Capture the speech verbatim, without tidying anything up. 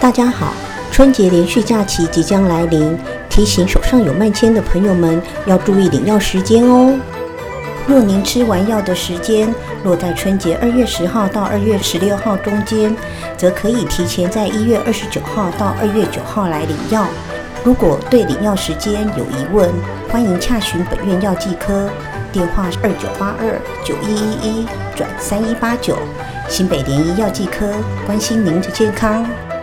大家好，春节连续假期即将来临，提醒手上有慢签的朋友们要注意领药时间哦。若您吃完药的时间落在春节二月十号到二月十六号中间，则可以提前在一月二十九号到二月九号来领药。如果对领药时间有疑问，欢迎洽询本院药剂科，电话二九八二九一一一转三一八九。新北联医药剂科，关心您的健康。